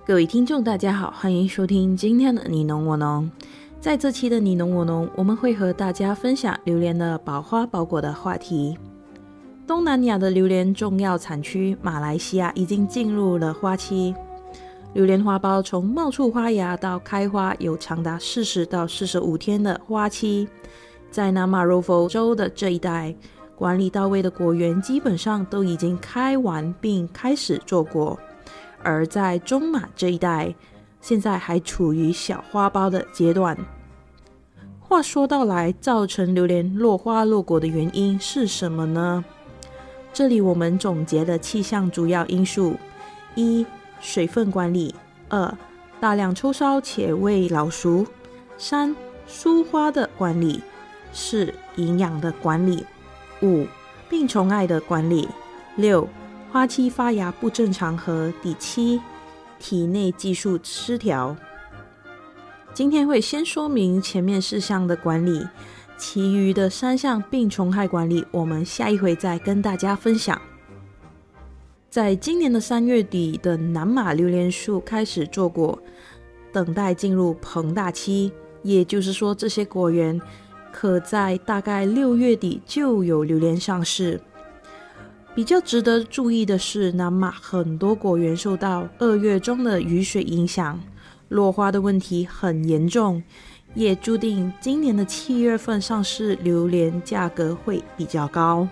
各位听众大家好，欢迎收听今天的你侬我侬。在这期的你侬我侬，我们会和大家分享榴莲的保花保果的话题。东南亚的榴莲重要产区马来西亚已经进入了花期，榴莲花苞从冒出花芽到开花有长达40到45天的花期。在南马柔佛州的这一带，管理到位的果园基本上都已经开完并开始做果，而在中马这一带，现在还处于小花苞的阶段。话说到来，造成榴莲落花落果的原因是什么呢？这里我们总结了7项主要因素： 1. 水分管理； 2. 大量抽梢且未老熟； 3. 疏花的管理； 4. 营养的管理； 5. 病虫害的管理； 6. 花期发芽不正常和第7体内激素失调。今天会先说明前面4项的管理，其余的3项病虫害管理我们下一回再跟大家分享。在今年的3月底的南马榴莲树开始做果，等待进入膨大期，也就是说这些果园可在大概6月底就有榴莲上市。比较值得注意的是，南马很多果园受到2月中的雨水影响，落花的问题很严重，也注定今年的7月份上市榴莲价格会比较高。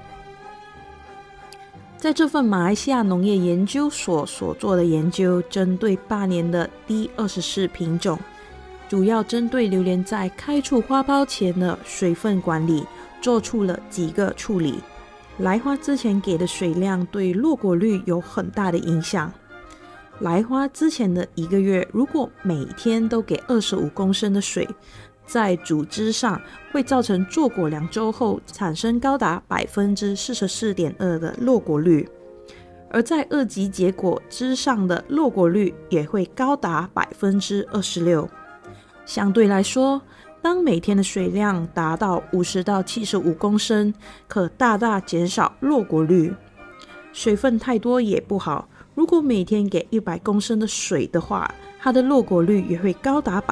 在这份马来西亚农业研究所所做的研究，针对8年的第24品种，主要针对榴莲在开出花苞前的水分管理做出了几个处理。来花之前给的水量对落果率有很大的影响。来花之前的1个月，如果每天都给25公升的水，在组织上会造成做果2周后产生高达 44.2% 的落果率，而在2级结果之上的落果率也会高达 26%。 相对来说，当每天的水量达到50到75公升，可大大减少落果率。水分太多也不好，如果每天给100公升的水的话，它的落果率也会高达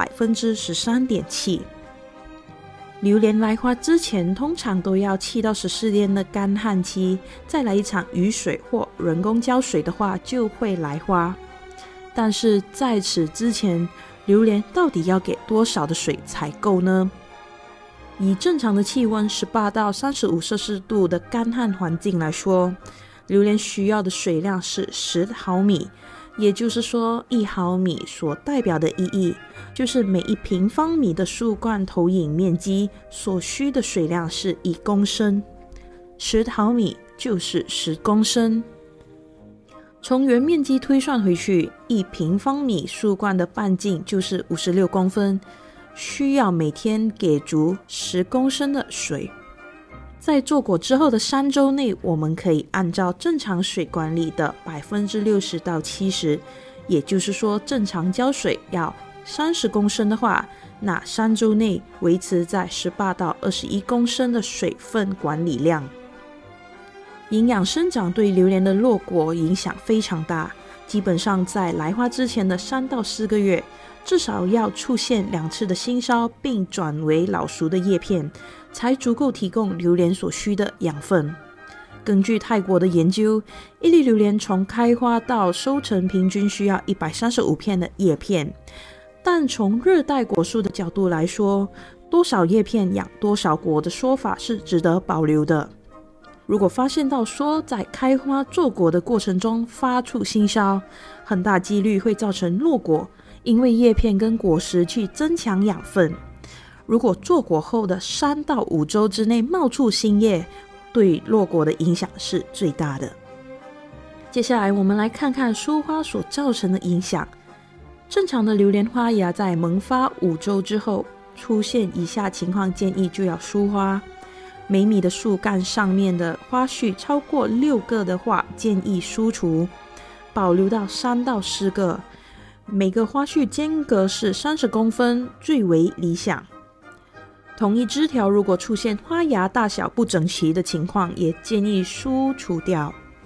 13.7%。 榴莲来花之前通常都要7到14天的干旱期，再来一场雨水或人工浇水的话就会来花。但是在此之前，榴莲到底要给多少的水才够呢？以正常的气温18到35摄氏度的干旱环境来说，榴莲需要的水量是10毫米，也就是说1毫米所代表的意义就是每1平方米的树冠投影面积所需的水量是1公升，10毫米就是10公升。从原面积推算回去，1平方米树冠的半径就是56公分，需要每天给足10公升的水。在做果之后的3周内，我们可以按照正常水管理的 60% 到70%，也就是说正常浇水要30公升的话，那3周内维持在18到21公升的水分管理量。营养生长对榴莲的落果影响非常大，基本上在来花之前的3到4个月，至少要出现2次的新梢并转为老熟的叶片，才足够提供榴莲所需的养分。根据泰国的研究，一粒榴莲从开花到收成平均需要135片的叶片，但从热带果树的角度来说，多少叶片养多少果的说法是值得保留的。如果发现到说在开花做果的过程中发出新梢，很大几率会造成落果，因为叶片跟果实去增强养分。如果做果后的3到5周之内冒出新叶，对落果的影响是最大的。接下来我们来看看疏花所造成的影响。正常的榴莲花芽在萌发5周之后出现以下情况，建议就要疏花。每米的树干上面的花絮超过6个的话，建议疏除，保留到3到10个，每个花絮间隔是30公分，最为理想。同一枝条如果出现花芽大小不整齐的情况，也建议疏除掉。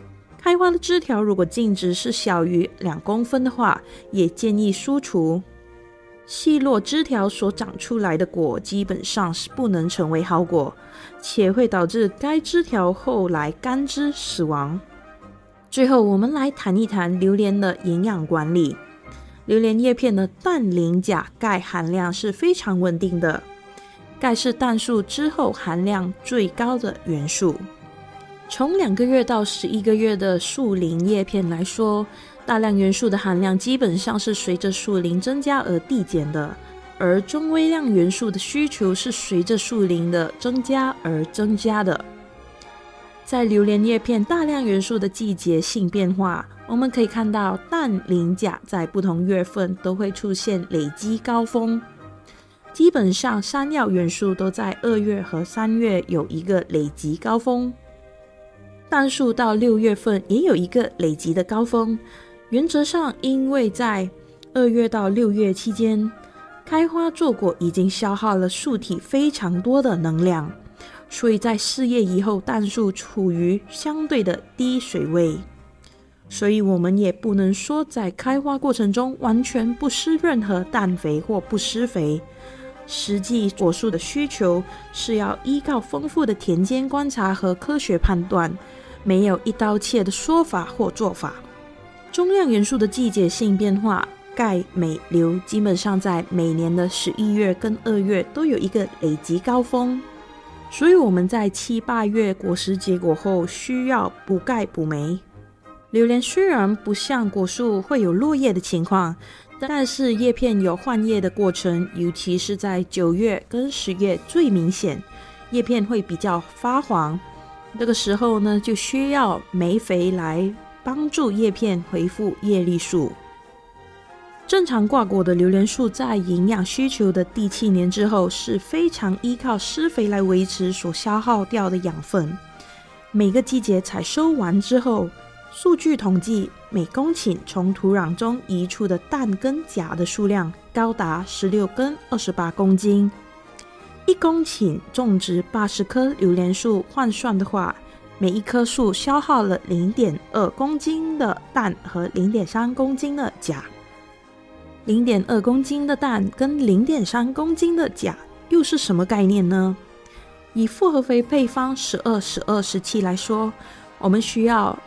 开花的枝条如果径直是小于2公分的话，也建议疏除。细落枝条所长出来的果基本上是不能成为好果，且会导致该枝条后来干枝死亡。最后我们来谈一谈榴莲的营养管理。榴莲叶片的氮、磷、钾、钙含量是非常稳定的，钙是氮素之后含量最高的元素。从2个月到11个月的树龄叶片来说，大量元素的含量基本上是随着树龄增加而递减的，而中微量元素的需求是随着树龄的增加而增加的。在榴莲叶片大量元素的季节性变化，我们可以看到氮、磷、钾在不同月份都会出现累积高峰。基本上山药元素都在2月和3月有一个累积高峰，氮素到6月份也有一个累积的高峰。原则上因为在2月到6月期间，开花做果已经消耗了树体非常多的能量，所以在4月以后氮素处于相对的低水位，所以我们也不能说在开花过程中完全不施任何氮肥或不施肥。实际果树的需求是要依靠丰富的田间观察和科学判断，没有一刀切的说法或做法。中量元素的季节性变化，钙、镁、硫基本上在每年的11月跟2月都有一个累积高峰，所以我们在7、8月果实结果后需要补钙补镁。榴莲虽然不像果树会有落叶的情况，但是叶片有换叶的过程，尤其是在9月跟10月最明显，叶片会比较发黄。这个时候呢，就需要镁肥来帮助叶片恢复叶绿素。正常挂果的榴莲树在营养需求的第7年之后，是非常依靠施肥来维持所消耗掉的养分。每个季节采收完之后，数据统计，每公顷从土壤中移出的氮跟钾的数量高达16跟28公斤。1公顷种植80棵榴莲树换算的话，每一棵树消耗了 0.2 公斤的氮和 0.3 公斤的钾。0.2 公斤的氮跟 0.3 公斤的钾又是什么概念呢？以复合肥配方12、12、17来说，我们需要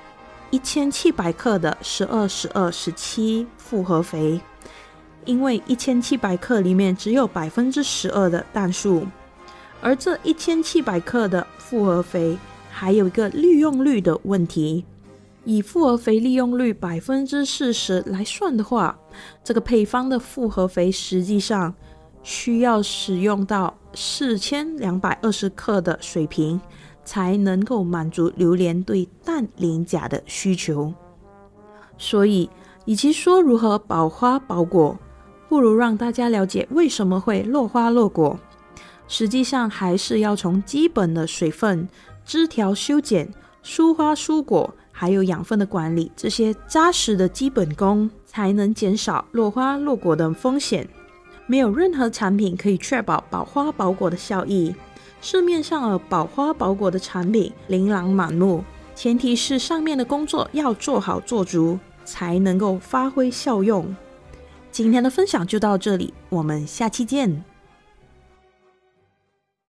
1700克的12、12、17复合肥，因为1700克里面只有 12% 的氮素，而这1700克的复合肥还有一个利用率的问题。以复合肥利用率 40% 来算的话，这个配方的复合肥实际上需要使用到4220克的水平，才能够满足榴莲对氮、磷、钾的需求。所以与其说如何保花保果，不如让大家了解为什么会落花落果。实际上还是要从基本的水分、枝条修剪、疏花疏果还有养分的管理，这些扎实的基本功，才能减少落花落果的风险。没有任何产品可以确保保花保果的效益，市面上有保花保果的产品琳琅满目，前提是上面的工作要做好做足，才能够发挥效用。今天的分享就到这里，我们下期见。